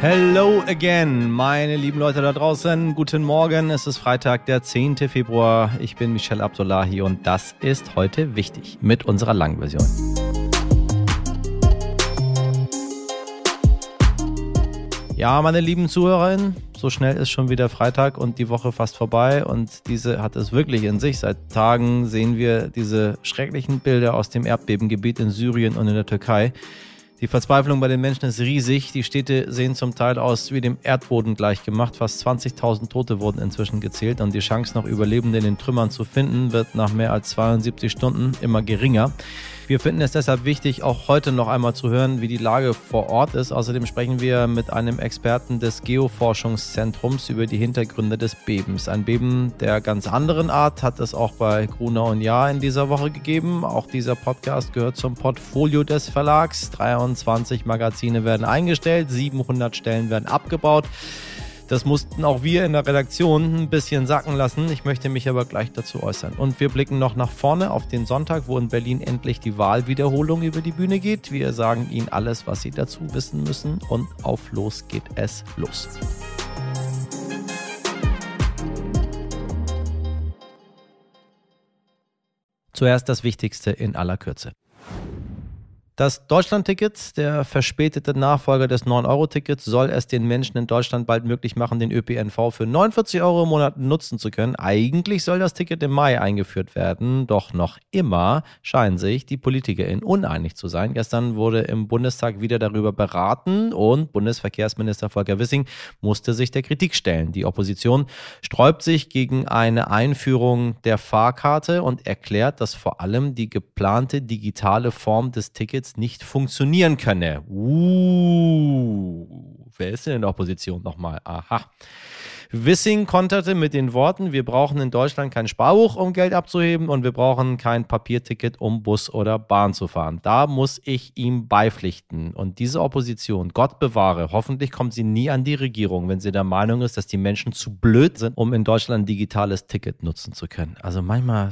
Hello again, meine lieben Leute da draußen. Guten Morgen, es ist Freitag, der 10. Februar. Ich bin Michel Abdullahi und das ist heute wichtig mit unserer Langversion. Ja, meine lieben Zuhörerinnen, so schnell ist schon wieder Freitag und die Woche fast vorbei und diese hat es wirklich in sich. Seit Tagen sehen wir diese schrecklichen Bilder aus dem Erdbebengebiet in Syrien und in der Türkei. Die Verzweiflung bei den Menschen ist riesig. Die Städte sehen zum Teil aus wie dem Erdboden gleichgemacht. Fast 20.000 Tote wurden inzwischen gezählt und die Chance, noch Überlebende in den Trümmern zu finden, wird nach mehr als 72 Stunden immer geringer. Wir finden es deshalb wichtig, auch heute noch einmal zu hören, wie die Lage vor Ort ist. Außerdem sprechen wir mit einem Experten des Geoforschungszentrums über die Hintergründe des Bebens. Ein Beben der ganz anderen Art hat es auch bei Gruner und Jahr in dieser Woche gegeben. Auch dieser Podcast gehört zum Portfolio des Verlags. 23 Magazine werden eingestellt, 700 Stellen werden abgebaut. Das mussten auch wir in der Redaktion ein bisschen sacken lassen. Ich möchte mich aber gleich dazu äußern. Und wir blicken noch nach vorne auf den Sonntag, wo in Berlin endlich die Wahlwiederholung über die Bühne geht. Wir sagen Ihnen alles, was Sie dazu wissen müssen. Und auf los geht es los. Zuerst das Wichtigste in aller Kürze. Das Deutschland-Ticket, der verspätete Nachfolger des 9-Euro-Tickets, soll es den Menschen in Deutschland bald möglich machen, den ÖPNV für 49 € im Monat nutzen zu können. Eigentlich soll das Ticket im Mai eingeführt werden, doch noch immer scheinen sich die PolitikerInnen uneinig zu sein. Gestern wurde im Bundestag wieder darüber beraten und Bundesverkehrsminister Volker Wissing musste sich der Kritik stellen. Die Opposition sträubt sich gegen eine Einführung der Fahrkarte und erklärt, dass vor allem die geplante digitale Form des Tickets nicht funktionieren könne. Wer ist denn in der Opposition nochmal? Aha. Wissing konterte mit den Worten, wir brauchen in Deutschland kein Sparbuch, um Geld abzuheben und wir brauchen kein Papierticket, um Bus oder Bahn zu fahren. Da muss ich ihm beipflichten. Und diese Opposition, Gott bewahre, hoffentlich kommt sie nie an die Regierung, wenn sie der Meinung ist, dass die Menschen zu blöd sind, um in Deutschland ein digitales Ticket nutzen zu können. Also manchmal.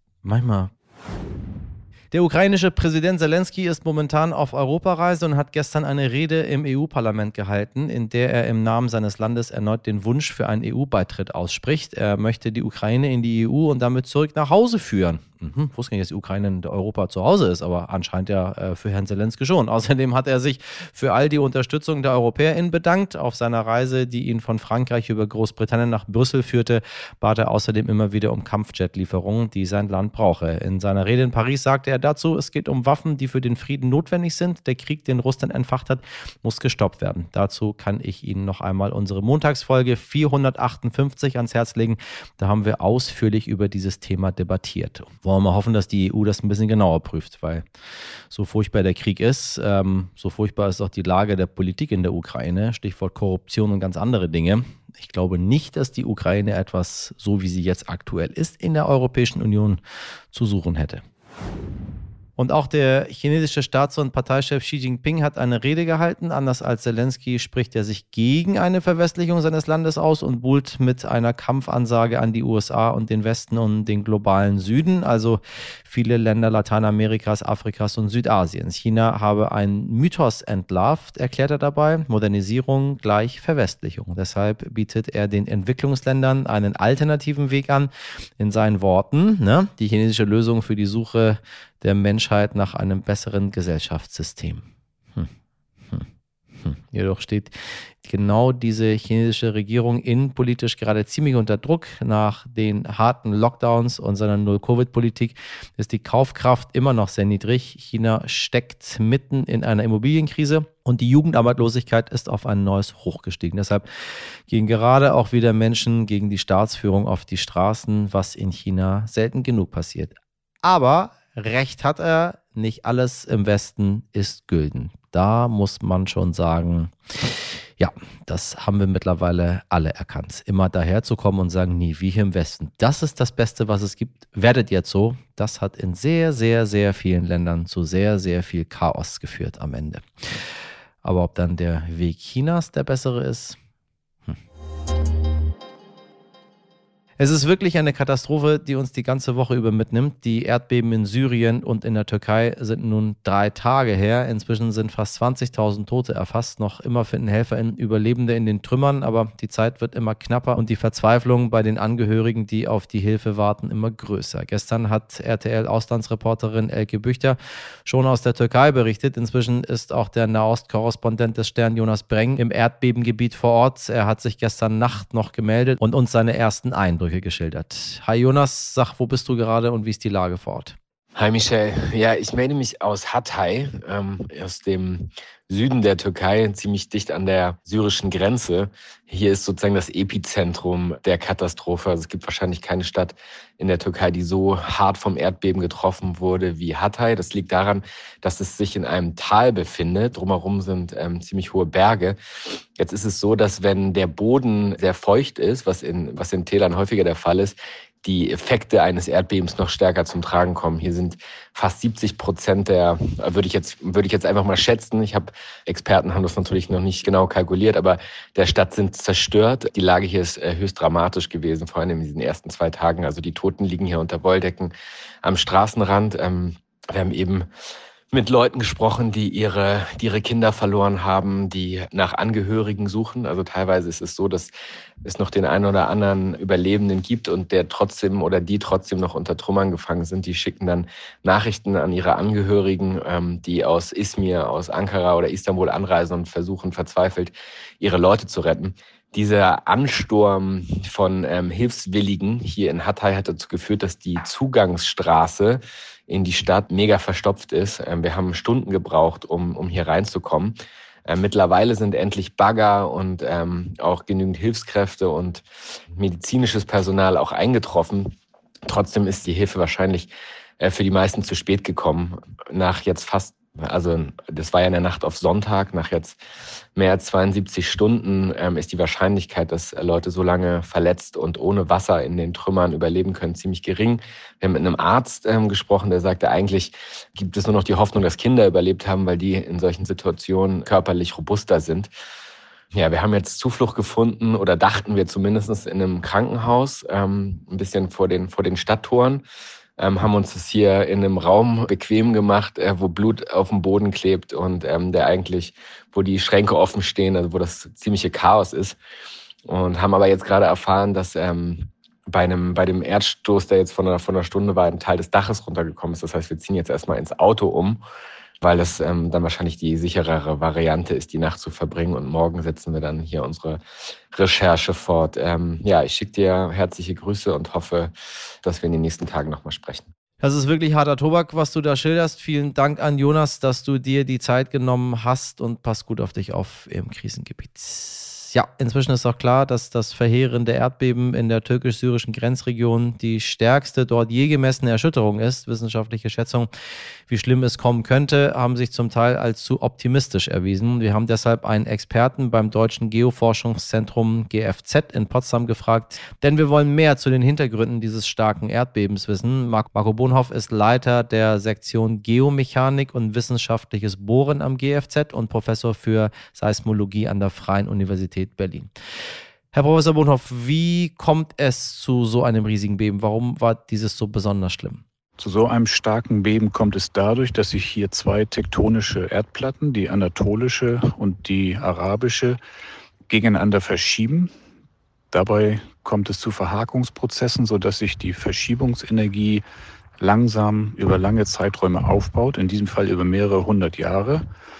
Der ukrainische Präsident Zelensky ist momentan auf Europareise und hat gestern eine Rede im EU-Parlament gehalten, in der er im Namen seines Landes erneut den Wunsch für einen EU-Beitritt ausspricht. Er möchte die Ukraine in die EU und damit zurück nach Hause führen. Ich wusste nicht, dass die Ukraine in Europa zu Hause ist, aber anscheinend ja für Herrn Zelensky schon. Außerdem hat er sich für all die Unterstützung der EuropäerInnen bedankt. Auf seiner Reise, die ihn von Frankreich über Großbritannien nach Brüssel führte, bat er außerdem immer wieder um Kampfjet-Lieferungen, die sein Land brauche. In seiner Rede in Paris sagte er dazu, es geht um Waffen, die für den Frieden notwendig sind. Der Krieg, den Russland entfacht hat, muss gestoppt werden. Dazu kann ich Ihnen noch einmal unsere Montagsfolge 458 ans Herz legen. Da haben wir ausführlich über dieses Thema debattiert. Wollen wir mal hoffen, dass die EU das ein bisschen genauer prüft, weil so furchtbar der Krieg ist, so furchtbar ist auch die Lage der Politik in der Ukraine, Stichwort Korruption und ganz andere Dinge. Ich glaube nicht, dass die Ukraine etwas, so wie sie jetzt aktuell ist, in der Europäischen Union zu suchen hätte. Und auch der chinesische Staats- und Parteichef Xi Jinping hat eine Rede gehalten. Anders als Zelensky spricht er sich gegen eine Verwestlichung seines Landes aus und buhlt mit einer Kampfansage an die USA und den Westen und den globalen Süden, also viele Länder Lateinamerikas, Afrikas und Südasiens. China habe einen Mythos entlarvt, erklärt er dabei, Modernisierung gleich Verwestlichung. Deshalb bietet er den Entwicklungsländern einen alternativen Weg an. In seinen Worten, die chinesische Lösung für die Suche der Menschheit nach einem besseren Gesellschaftssystem. Jedoch steht genau diese chinesische Regierung innenpolitisch gerade ziemlich unter Druck. Nach den harten Lockdowns und seiner Null-Covid-Politik ist die Kaufkraft immer noch sehr niedrig. China steckt mitten in einer Immobilienkrise und die Jugendarbeitslosigkeit ist auf ein neues Hoch gestiegen. Deshalb gehen gerade auch wieder Menschen gegen die Staatsführung auf die Straßen, was in China selten genug passiert. Aber Recht hat er, nicht alles im Westen ist gülden. Da muss man schon sagen, ja, das haben wir mittlerweile alle erkannt. Immer daherzukommen und sagen, nie, wie hier im Westen, das ist das Beste, was es gibt, werdet jetzt so. Das hat in sehr, sehr, sehr vielen Ländern zu sehr, sehr viel Chaos geführt am Ende. Aber ob dann der Weg Chinas der bessere ist? Es ist wirklich eine Katastrophe, die uns die ganze Woche über mitnimmt. Die Erdbeben in Syrien und in der Türkei sind nun 3 Tage her. Inzwischen sind fast 20.000 Tote erfasst. Noch immer finden HelferInnen Überlebende in den Trümmern, aber die Zeit wird immer knapper und die Verzweiflung bei den Angehörigen, die auf die Hilfe warten, immer größer. Gestern hat RTL-Auslandsreporterin Elke Büchter schon aus der Türkei berichtet. Inzwischen ist auch der Nahost-Korrespondent des Stern Jonas Breng im Erdbebengebiet vor Ort. Er hat sich gestern Nacht noch gemeldet und uns seine ersten Eindrücke geschildert. Hi Jonas, sag, wo bist du gerade und wie ist die Lage vor Ort? Hi Michel, ja, ich melde mich aus Hatay, aus dem Süden der Türkei, ziemlich dicht an der syrischen Grenze. Hier ist sozusagen das Epizentrum der Katastrophe. Also es gibt wahrscheinlich keine Stadt in der Türkei, die so hart vom Erdbeben getroffen wurde wie Hatay. Das liegt daran, dass es sich in einem Tal befindet. Drumherum sind ziemlich hohe Berge. Jetzt ist es so, dass wenn der Boden sehr feucht ist, was in Tälern häufiger der Fall ist, die Effekte eines Erdbebens noch stärker zum Tragen kommen. Hier sind fast 70% würde ich jetzt einfach mal schätzen. Experten haben das natürlich noch nicht genau kalkuliert, aber der Stadt sind zerstört. Die Lage hier ist höchst dramatisch gewesen, vor allem in diesen ersten 2 Tagen. Also die Toten liegen hier unter Wolldecken am Straßenrand. Wir haben eben mit Leuten gesprochen, die ihre Kinder verloren haben, die nach Angehörigen suchen. Also teilweise ist es so, dass es noch den einen oder anderen Überlebenden gibt und der trotzdem oder die trotzdem noch unter Trümmern gefangen sind. Die schicken dann Nachrichten an ihre Angehörigen, die aus Izmir, aus Ankara oder Istanbul anreisen und versuchen verzweifelt, ihre Leute zu retten. Dieser Ansturm von Hilfswilligen hier in Hatay hat dazu geführt, dass die Zugangsstraße in die Stadt mega verstopft ist. Wir haben Stunden gebraucht, um hier reinzukommen. Mittlerweile sind endlich Bagger und auch genügend Hilfskräfte und medizinisches Personal auch eingetroffen. Trotzdem ist die Hilfe wahrscheinlich für die meisten zu spät gekommen. Das war ja in der Nacht auf Sonntag, nach jetzt mehr als 72 Stunden ist die Wahrscheinlichkeit, dass Leute so lange verletzt und ohne Wasser in den Trümmern überleben können, ziemlich gering. Wir haben mit einem Arzt gesprochen, der sagte, eigentlich gibt es nur noch die Hoffnung, dass Kinder überlebt haben, weil die in solchen Situationen körperlich robuster sind. Ja, wir haben jetzt Zuflucht gefunden oder dachten wir zumindest in einem Krankenhaus, ein bisschen vor den Stadttoren. Haben uns das hier in einem Raum bequem gemacht, wo Blut auf dem Boden klebt und wo die Schränke offen stehen, also wo das ziemliche Chaos ist. Und haben aber jetzt gerade erfahren, dass bei dem Erdstoß, der jetzt von einer Stunde war, ein Teil des Daches runtergekommen ist. Das heißt, wir ziehen jetzt erstmal ins Auto um, weil das dann wahrscheinlich die sicherere Variante ist, die Nacht zu verbringen. Und morgen setzen wir dann hier unsere Recherche fort. Ich schicke dir herzliche Grüße und hoffe, dass wir in den nächsten Tagen nochmal sprechen. Das ist wirklich harter Tobak, was du da schilderst. Vielen Dank an Jonas, dass du dir die Zeit genommen hast und pass gut auf dich auf im Krisengebiet. Ja, inzwischen ist auch klar, dass das verheerende Erdbeben in der türkisch-syrischen Grenzregion die stärkste dort je gemessene Erschütterung ist. Wissenschaftliche Schätzungen, wie schlimm es kommen könnte, haben sich zum Teil als zu optimistisch erwiesen. Wir haben deshalb einen Experten beim Deutschen Geoforschungszentrum GFZ in Potsdam gefragt, denn wir wollen mehr zu den Hintergründen dieses starken Erdbebens wissen. Marco Bonhoff ist Leiter der Sektion Geomechanik und wissenschaftliches Bohren am GFZ und Professor für Seismologie an der Freien Universität Berlin. Herr Professor Bonhoff, wie kommt es zu so einem riesigen Beben? Warum war dieses so besonders schlimm? Zu so einem starken Beben kommt es dadurch, dass sich hier 2 tektonische Erdplatten, die anatolische und die arabische, gegeneinander verschieben. Dabei kommt es zu Verhakungsprozessen, sodass sich die Verschiebungsenergie langsam über lange Zeiträume aufbaut, in diesem Fall über mehrere 100 Jahre.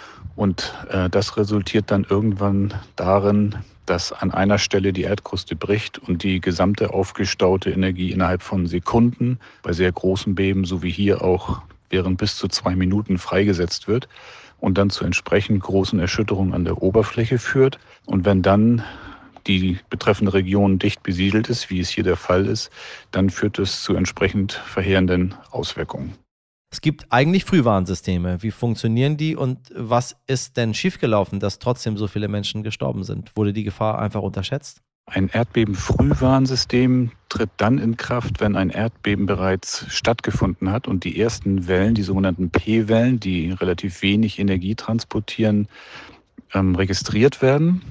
Und das resultiert dann irgendwann darin, dass an einer Stelle die Erdkruste bricht und die gesamte aufgestaute Energie innerhalb von Sekunden bei sehr großen Beben, so wie hier auch während bis zu 2 Minuten freigesetzt wird und dann zu entsprechend großen Erschütterungen an der Oberfläche führt. Und wenn dann die betreffende Region dicht besiedelt ist, wie es hier der Fall ist, dann führt es zu entsprechend verheerenden Auswirkungen. Es gibt eigentlich Frühwarnsysteme. Wie funktionieren die und was ist denn schiefgelaufen, dass trotzdem so viele Menschen gestorben sind? Wurde die Gefahr einfach unterschätzt? Ein Erdbeben-Frühwarnsystem tritt dann in Kraft, wenn ein Erdbeben bereits stattgefunden hat und die ersten Wellen, die sogenannten P-Wellen, die relativ wenig Energie transportieren, registriert werden.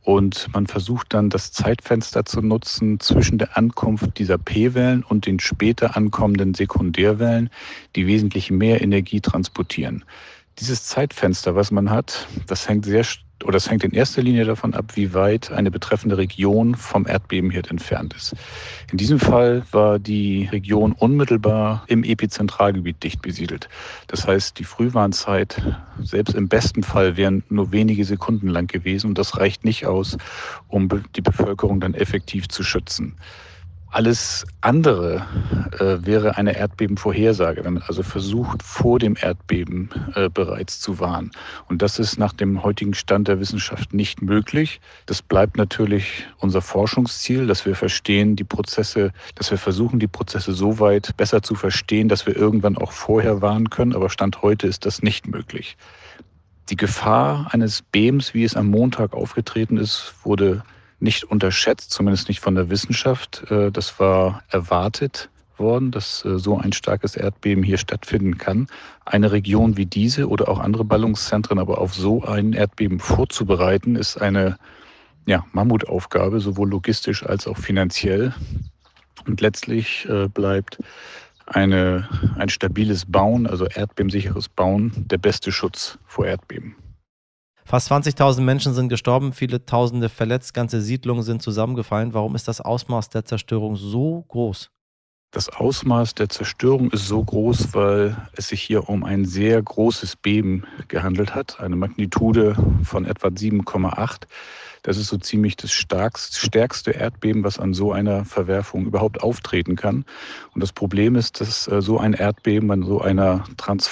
Und man versucht dann, das Zeitfenster zu nutzen zwischen der Ankunft dieser P-Wellen und den später ankommenden Sekundärwellen, die wesentlich mehr Energie transportieren. Dieses Zeitfenster, was man hat, das hängt in erster Linie davon ab, wie weit eine betreffende Region vom Erdbebenherd entfernt ist. In diesem Fall war die Region unmittelbar im Epizentralgebiet dicht besiedelt. Das heißt, die Frühwarnzeit, selbst im besten Fall, wären nur wenige Sekunden lang gewesen. Und das reicht nicht aus, um die Bevölkerung dann effektiv zu schützen. Alles andere wäre eine Erdbebenvorhersage, wenn man also versucht, vor dem Erdbeben bereits zu warnen. Und das ist nach dem heutigen Stand der Wissenschaft nicht möglich. Das bleibt natürlich unser Forschungsziel, dass wir versuchen, die Prozesse so weit besser zu verstehen, dass wir irgendwann auch vorher warnen können. Aber Stand heute ist das nicht möglich. Die Gefahr eines Bebens, wie es am Montag aufgetreten ist, wurde nicht unterschätzt, zumindest nicht von der Wissenschaft. Das war erwartet worden, dass so ein starkes Erdbeben hier stattfinden kann. Eine Region wie diese oder auch andere Ballungszentren aber auf so ein Erdbeben vorzubereiten, ist eine Mammutaufgabe, sowohl logistisch als auch finanziell. Und letztlich bleibt ein stabiles Bauen, also erdbebensicheres Bauen, der beste Schutz vor Erdbeben. Fast 20.000 Menschen sind gestorben, viele Tausende verletzt, ganze Siedlungen sind zusammengefallen. Warum ist das Ausmaß der Zerstörung so groß? Das Ausmaß der Zerstörung ist so groß, weil es sich hier um ein sehr großes Beben gehandelt hat. Eine Magnitude von etwa 7,8. Das ist so ziemlich das stärkste Erdbeben, was an so einer Verwerfung überhaupt auftreten kann. Und das Problem ist, dass so ein Erdbeben an so einer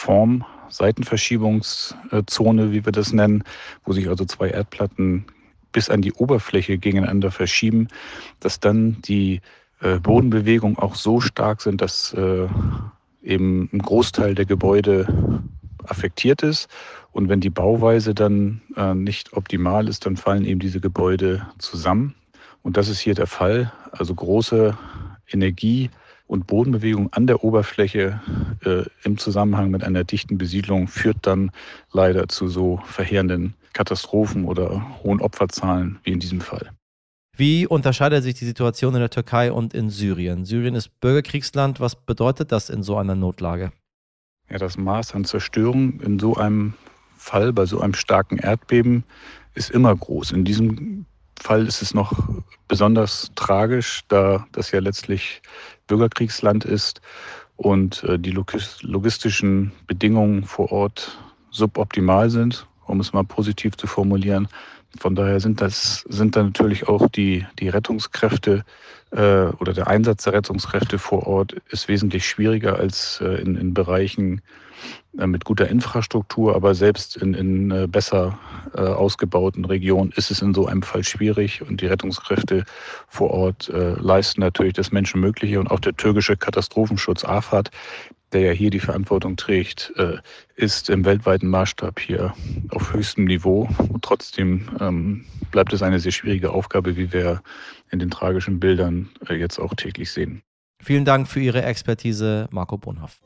Seitenverschiebungszone, wie wir das nennen, wo sich also zwei Erdplatten bis an die Oberfläche gegeneinander verschieben, dass dann die Bodenbewegungen auch so stark sind, dass eben ein Großteil der Gebäude affektiert ist. Und wenn die Bauweise dann nicht optimal ist, dann fallen eben diese Gebäude zusammen. Und das ist hier der Fall. Also große Energie- und Bodenbewegung an der Oberfläche im Zusammenhang mit einer dichten Besiedlung führt dann leider zu so verheerenden Katastrophen oder hohen Opferzahlen wie in diesem Fall. Wie unterscheidet sich die Situation in der Türkei und in Syrien? Syrien ist Bürgerkriegsland. Was bedeutet das in so einer Notlage? Ja, das Maß an Zerstörung in so einem Fall, bei so einem starken Erdbeben, ist immer groß. In diesem Fall ist es noch besonders tragisch, da das ja letztlich Bürgerkriegsland ist und die logistischen Bedingungen vor Ort suboptimal sind, um es mal positiv zu formulieren. Von daher sind dann natürlich auch die Rettungskräfte oder der Einsatz der Rettungskräfte vor Ort ist wesentlich schwieriger als in Bereichen mit guter Infrastruktur, aber selbst in besser ausgebauten Regionen ist es in so einem Fall schwierig und die Rettungskräfte vor Ort leisten natürlich das Menschenmögliche und auch der türkische Katastrophenschutz AFAD, der ja hier die Verantwortung trägt, ist im weltweiten Maßstab hier auf höchstem Niveau. Und trotzdem bleibt es eine sehr schwierige Aufgabe, wie wir in den tragischen Bildern jetzt auch täglich sehen. Vielen Dank für Ihre Expertise, Marco Bonhoff.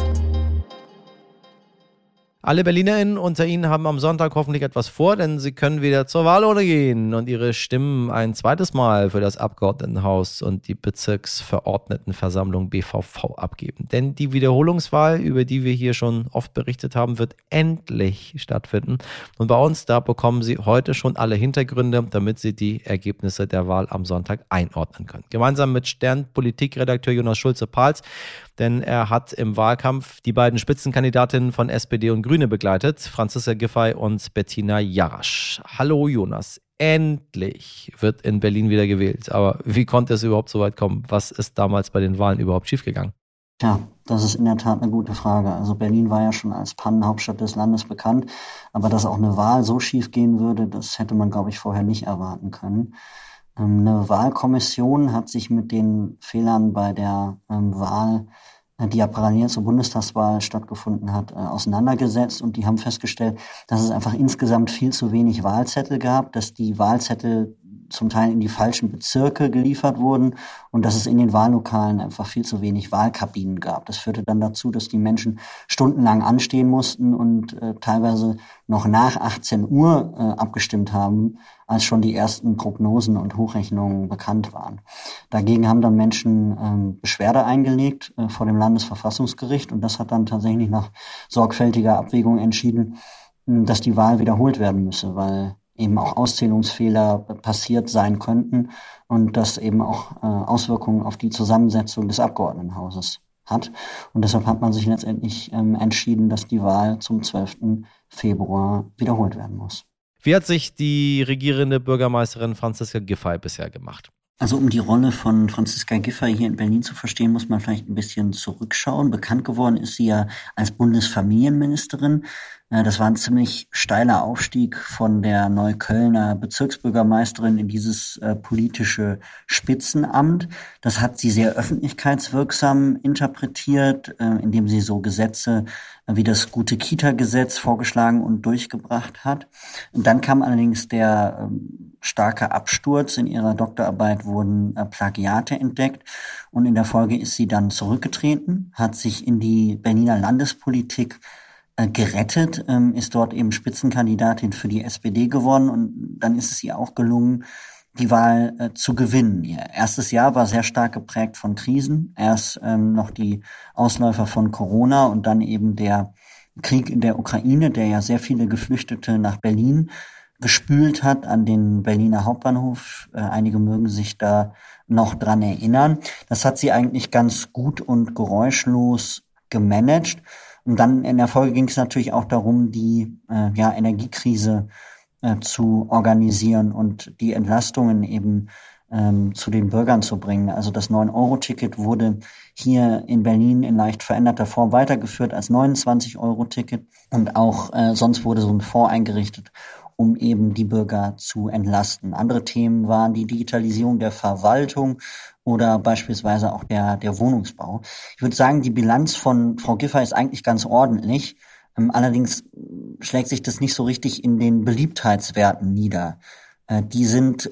Alle BerlinerInnen unter Ihnen haben am Sonntag hoffentlich etwas vor, denn sie können wieder zur Wahlurne gehen und ihre Stimmen ein zweites Mal für das Abgeordnetenhaus und die Bezirksverordnetenversammlung BVV abgeben. Denn die Wiederholungswahl, über die wir hier schon oft berichtet haben, wird endlich stattfinden. Und bei uns, da bekommen Sie heute schon alle Hintergründe, damit Sie die Ergebnisse der Wahl am Sonntag einordnen können. Gemeinsam mit Stern-Politikredakteur Jonas Schulze-Pahls, denn er hat im Wahlkampf die beiden Spitzenkandidatinnen von SPD und Grüne begleitet, Franziska Giffey und Bettina Jarasch. Hallo Jonas, endlich wird in Berlin wieder gewählt. Aber wie konnte es überhaupt so weit kommen? Was ist damals bei den Wahlen überhaupt schiefgegangen? Ja, das ist in der Tat eine gute Frage. Also Berlin war ja schon als Pannenhauptstadt des Landes bekannt, aber dass auch eine Wahl so schief gehen würde, das hätte man, glaube ich, vorher nicht erwarten können. Eine Wahlkommission hat sich mit den Fehlern bei der Wahl, die ja parallel zur Bundestagswahl stattgefunden hat, auseinandergesetzt und die haben festgestellt, dass es einfach insgesamt viel zu wenig Wahlzettel gab, dass die Wahlzettel zum Teil in die falschen Bezirke geliefert wurden und dass es in den Wahllokalen einfach viel zu wenig Wahlkabinen gab. Das führte dann dazu, dass die Menschen stundenlang anstehen mussten und teilweise noch nach 18 Uhr abgestimmt haben, als schon die ersten Prognosen und Hochrechnungen bekannt waren. Dagegen haben dann Menschen Beschwerde eingelegt vor dem Landesverfassungsgericht und das hat dann tatsächlich nach sorgfältiger Abwägung entschieden, dass die Wahl wiederholt werden müsse, weil eben auch Auszählungsfehler passiert sein könnten und das eben auch Auswirkungen auf die Zusammensetzung des Abgeordnetenhauses hat. Und deshalb hat man sich letztendlich entschieden, dass die Wahl zum 12. Februar wiederholt werden muss. Wie hat sich die regierende Bürgermeisterin Franziska Giffey bisher gemacht? Also um die Rolle von Franziska Giffey hier in Berlin zu verstehen, muss man vielleicht ein bisschen zurückschauen. Bekannt geworden ist sie ja als Bundesfamilienministerin. Das war ein ziemlich steiler Aufstieg von der Neuköllner Bezirksbürgermeisterin in dieses politische Spitzenamt. Das hat sie sehr öffentlichkeitswirksam interpretiert, indem sie so Gesetze wie das Gute-Kita-Gesetz vorgeschlagen und durchgebracht hat. Und dann kam allerdings der starke Absturz. In ihrer Doktorarbeit wurden Plagiate entdeckt und in der Folge ist sie dann zurückgetreten, hat sich in die Berliner Landespolitik gerettet, ist dort eben Spitzenkandidatin für die SPD geworden und dann ist es ihr auch gelungen, die Wahl zu gewinnen. Ihr erstes Jahr war sehr stark geprägt von Krisen. Erst noch die Ausläufer von Corona und dann eben der Krieg in der Ukraine, der ja sehr viele Geflüchtete nach Berlin gespült hat, an den Berliner Hauptbahnhof. Einige mögen sich da noch dran erinnern. Das hat sie eigentlich ganz gut und geräuschlos gemanagt. Und dann in der Folge ging es natürlich auch darum, die Energiekrise zu organisieren und die Entlastungen eben zu den Bürgern zu bringen. Also das 9-Euro-Ticket wurde hier in Berlin in leicht veränderter Form weitergeführt als 29-Euro-Ticket. Und auch sonst wurde so ein Fonds eingerichtet, um eben die Bürger zu entlasten. Andere Themen waren die Digitalisierung der Verwaltung oder beispielsweise auch der Wohnungsbau. Ich würde sagen, die Bilanz von Frau Giffey ist eigentlich ganz ordentlich. Allerdings schlägt sich das nicht so richtig in den Beliebtheitswerten nieder. Die sind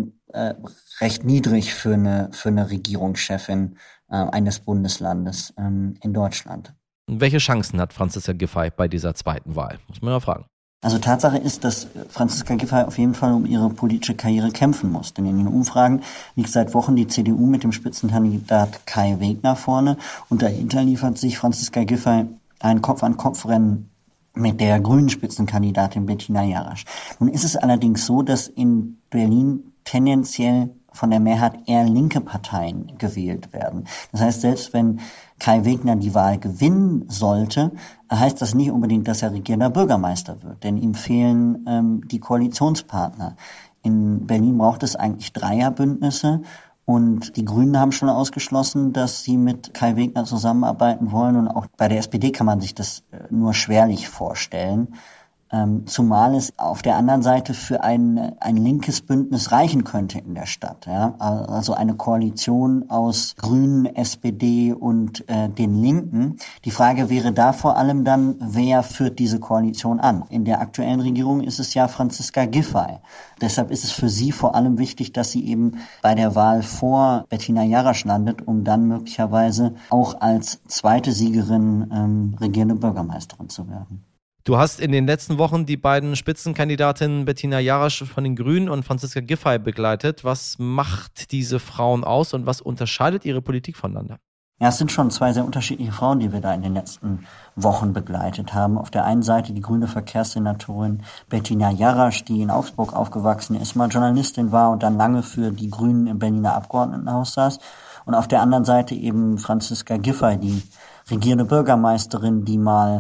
recht niedrig für eine Regierungschefin eines Bundeslandes in Deutschland. Und welche Chancen hat Franziska Giffey bei dieser zweiten Wahl? Muss man ja fragen. Also Tatsache ist, dass Franziska Giffey auf jeden Fall um ihre politische Karriere kämpfen muss. Denn in den Umfragen liegt seit Wochen die CDU mit dem Spitzenkandidat Kai Wegner vorne. Und dahinter liefert sich Franziska Giffey ein Kopf-an-Kopf-Rennen mit der grünen Spitzenkandidatin Bettina Jarasch. Nun ist es allerdings so, dass in Berlin tendenziell von der Mehrheit eher linke Parteien gewählt werden. Das heißt, selbst wenn Kai Wegner die Wahl gewinnen sollte, heißt das nicht unbedingt, dass er regierender Bürgermeister wird, denn ihm fehlen die Koalitionspartner. In Berlin braucht es eigentlich Dreierbündnisse und die Grünen haben schon ausgeschlossen, dass sie mit Kai Wegner zusammenarbeiten wollen und auch bei der SPD kann man sich das nur schwerlich vorstellen. Zumal es auf der anderen Seite für ein linkes Bündnis reichen könnte in der Stadt. Ja? Also eine Koalition aus Grünen, SPD und den Linken. Die Frage wäre da vor allem dann, wer führt diese Koalition an? In der aktuellen Regierung ist es ja Franziska Giffey. Deshalb ist es für sie vor allem wichtig, dass sie eben bei der Wahl vor Bettina Jarasch landet, um dann möglicherweise auch als zweite Siegerin regierende Bürgermeisterin zu werden. Du hast in den letzten Wochen die beiden Spitzenkandidatinnen Bettina Jarasch von den Grünen und Franziska Giffey begleitet. Was macht diese Frauen aus und was unterscheidet ihre Politik voneinander? Ja, es sind schon zwei sehr unterschiedliche Frauen, die wir da in den letzten Wochen begleitet haben. Auf der einen Seite die grüne Verkehrssenatorin Bettina Jarasch, die in Augsburg aufgewachsen ist, mal Journalistin war und dann lange für die Grünen im Berliner Abgeordnetenhaus saß. Und auf der anderen Seite eben Franziska Giffey, die regierende Bürgermeisterin, die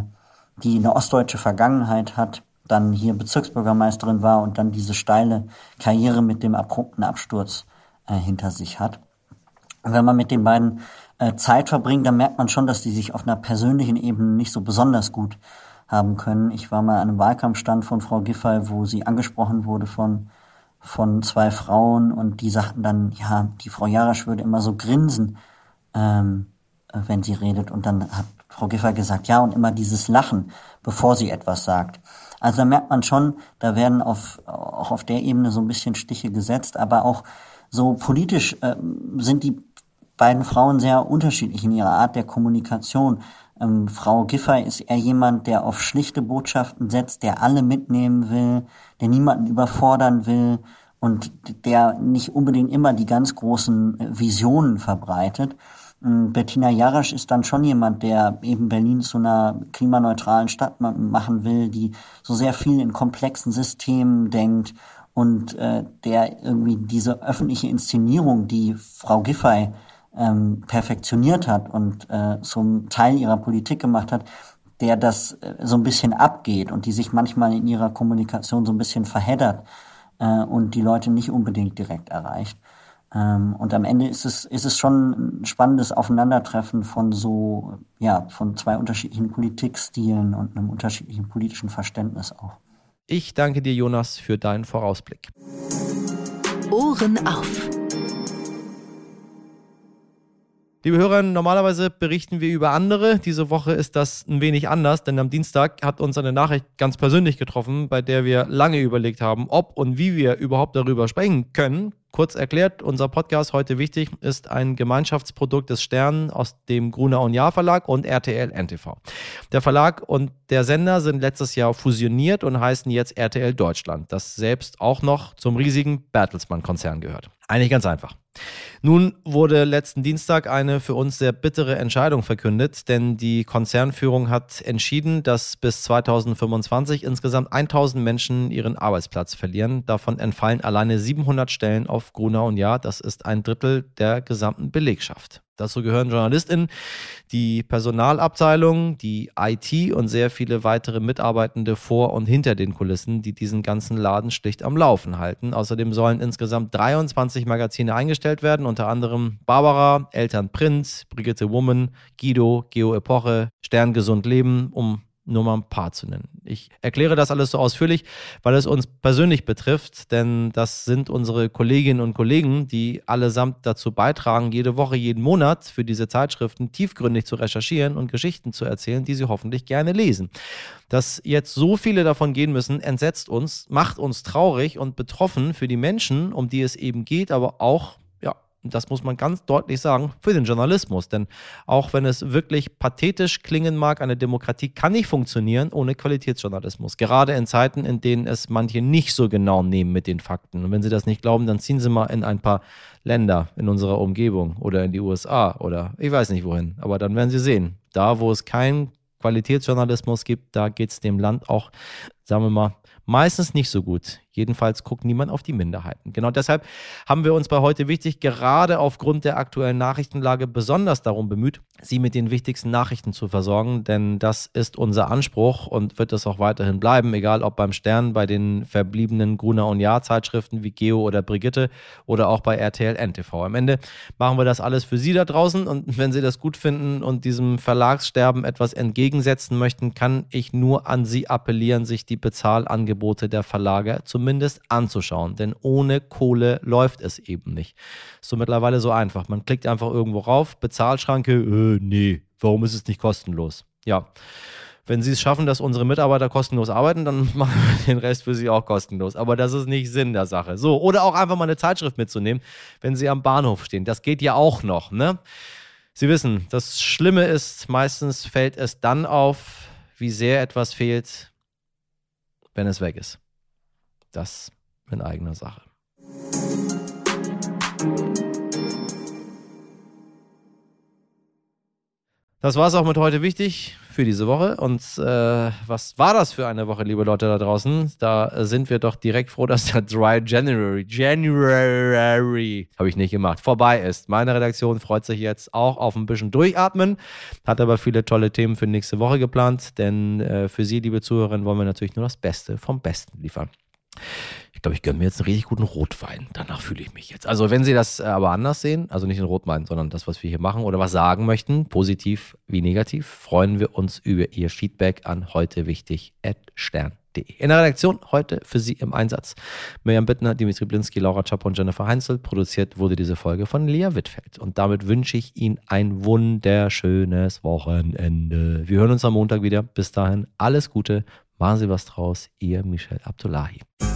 eine ostdeutsche Vergangenheit hat, dann hier Bezirksbürgermeisterin war und dann diese steile Karriere mit dem abrupten Absturz hinter sich hat. Und wenn man mit den beiden Zeit verbringt, dann merkt man schon, dass die sich auf einer persönlichen Ebene nicht so besonders gut haben können. Ich war mal an einem Wahlkampfstand von Frau Giffey, wo sie angesprochen wurde von zwei Frauen und die sagten dann, ja, die Frau Jarasch würde immer so grinsen, wenn sie redet. Und dann hat Frau Giffey gesagt, ja, und immer dieses Lachen, bevor sie etwas sagt. Also da merkt man schon, da werden auf auch auf der Ebene so ein bisschen Stiche gesetzt, aber auch so politisch sind die beiden Frauen sehr unterschiedlich in ihrer Art der Kommunikation. Frau Giffey ist eher jemand, der auf schlichte Botschaften setzt, der alle mitnehmen will, der niemanden überfordern will und der nicht unbedingt immer die ganz großen Visionen verbreitet. Bettina Jarasch ist dann schon jemand, der eben Berlin zu einer klimaneutralen Stadt machen will, die so sehr viel in komplexen Systemen denkt und der irgendwie diese öffentliche Inszenierung, die Frau Giffey perfektioniert hat und zum Teil ihrer Politik gemacht hat, der das so ein bisschen abgeht und die sich manchmal in ihrer Kommunikation so ein bisschen verheddert und die Leute nicht unbedingt direkt erreicht. Und am Ende ist es schon ein spannendes Aufeinandertreffen von von zwei unterschiedlichen Politikstilen und einem unterschiedlichen politischen Verständnis auch. Ich danke dir, Jonas, für deinen Vorausblick. Ohren auf. Liebe Hörer, normalerweise berichten wir über andere. Diese Woche ist das ein wenig anders, denn am Dienstag hat uns eine Nachricht ganz persönlich getroffen, bei der wir lange überlegt haben, ob und wie wir überhaupt darüber sprechen können. Kurz erklärt, unser Podcast heute wichtig ist ein Gemeinschaftsprodukt des Stern aus dem Gruner + Jahr Verlag und RTL NTV. Der Verlag und der Sender sind letztes Jahr fusioniert und heißen jetzt RTL Deutschland, das selbst auch noch zum riesigen Bertelsmann-Konzern gehört. Eigentlich ganz einfach. Nun wurde letzten Dienstag eine für uns sehr bittere Entscheidung verkündet, denn die Konzernführung hat entschieden, dass bis 2025 insgesamt 1000 Menschen ihren Arbeitsplatz verlieren. Davon entfallen alleine 700 Stellen auf Gruner + Jahr. Das ist ein Drittel der gesamten Belegschaft. Dazu gehören JournalistInnen, die Personalabteilung, die IT und sehr viele weitere Mitarbeitende vor und hinter den Kulissen, die diesen ganzen Laden schlicht am Laufen halten. Außerdem sollen insgesamt 23 Magazine eingestellt werden, unter anderem Barbara, Eltern Prinz, Brigitte Woman, Guido, Geo Epoche, Stern Gesund Leben, um nur mal ein paar zu nennen. Ich erkläre das alles so ausführlich, weil es uns persönlich betrifft, denn das sind unsere Kolleginnen und Kollegen, die allesamt dazu beitragen, jede Woche, jeden Monat für diese Zeitschriften tiefgründig zu recherchieren und Geschichten zu erzählen, die sie hoffentlich gerne lesen. Dass jetzt so viele davon gehen müssen, entsetzt uns, macht uns traurig und betroffen für die Menschen, um die es eben geht, aber auch, das muss man ganz deutlich sagen, für den Journalismus. Denn auch wenn es wirklich pathetisch klingen mag, eine Demokratie kann nicht funktionieren ohne Qualitätsjournalismus. Gerade in Zeiten, in denen es manche nicht so genau nehmen mit den Fakten. Und wenn Sie das nicht glauben, dann ziehen Sie mal in ein paar Länder in unserer Umgebung oder in die USA oder ich weiß nicht wohin. Aber dann werden Sie sehen, da wo es keinen Qualitätsjournalismus gibt, da geht es dem Land auch, sagen wir mal, meistens nicht so gut. Jedenfalls guckt niemand auf die Minderheiten. Genau deshalb haben wir uns bei Heute Wichtig gerade aufgrund der aktuellen Nachrichtenlage besonders darum bemüht, Sie mit den wichtigsten Nachrichten zu versorgen, denn das ist unser Anspruch und wird es auch weiterhin bleiben, egal ob beim Stern, bei den verbliebenen Gruner + Jahr Zeitschriften wie Geo oder Brigitte oder auch bei RTL NTV. Am Ende machen wir das alles für Sie da draußen und wenn Sie das gut finden und diesem Verlagssterben etwas entgegensetzen möchten, kann ich nur an Sie appellieren, sich die Bezahlangebote der Verlage zumindest anzuschauen, denn ohne Kohle läuft es eben nicht. Ist so mittlerweile so einfach. Man klickt einfach irgendwo rauf, Bezahlschranke, nee, warum ist es nicht kostenlos? Ja, wenn Sie es schaffen, dass unsere Mitarbeiter kostenlos arbeiten, dann machen wir den Rest für Sie auch kostenlos. Aber das ist nicht Sinn der Sache. So, oder auch einfach mal eine Zeitschrift mitzunehmen, wenn Sie am Bahnhof stehen. Das geht ja auch noch, ne? Sie wissen, das Schlimme ist, meistens fällt es dann auf, wie sehr etwas fehlt, wenn es weg ist. Das in eigener Sache. Das war es auch mit Heute Wichtig für diese Woche. Und was war das für eine Woche, liebe Leute da draußen? Da sind wir doch direkt froh, dass der Dry January, habe ich nicht gemacht, vorbei ist. Meine Redaktion freut sich jetzt auch auf ein bisschen Durchatmen, hat aber viele tolle Themen für nächste Woche geplant, denn für Sie, liebe Zuhörerinnen, wollen wir natürlich nur das Beste vom Besten liefern. Ich glaube, ich gönne mir jetzt einen richtig guten Rotwein. Danach fühle ich mich jetzt. Also wenn Sie das aber anders sehen, also nicht den Rotwein, sondern das, was wir hier machen oder was sagen möchten, positiv wie negativ, freuen wir uns über Ihr Feedback an heutewichtig@stern.de. In der Redaktion heute für Sie im Einsatz Mirjam Bittner, Dimitri Blinski, Laura Czapo und Jennifer Heinzel. Produziert wurde diese Folge von Lea Wittfeld. Und damit wünsche ich Ihnen ein wunderschönes Wochenende. Wir hören uns am Montag wieder. Bis dahin alles Gute. Machen Sie was draus. Ihr Michel Abdullahi.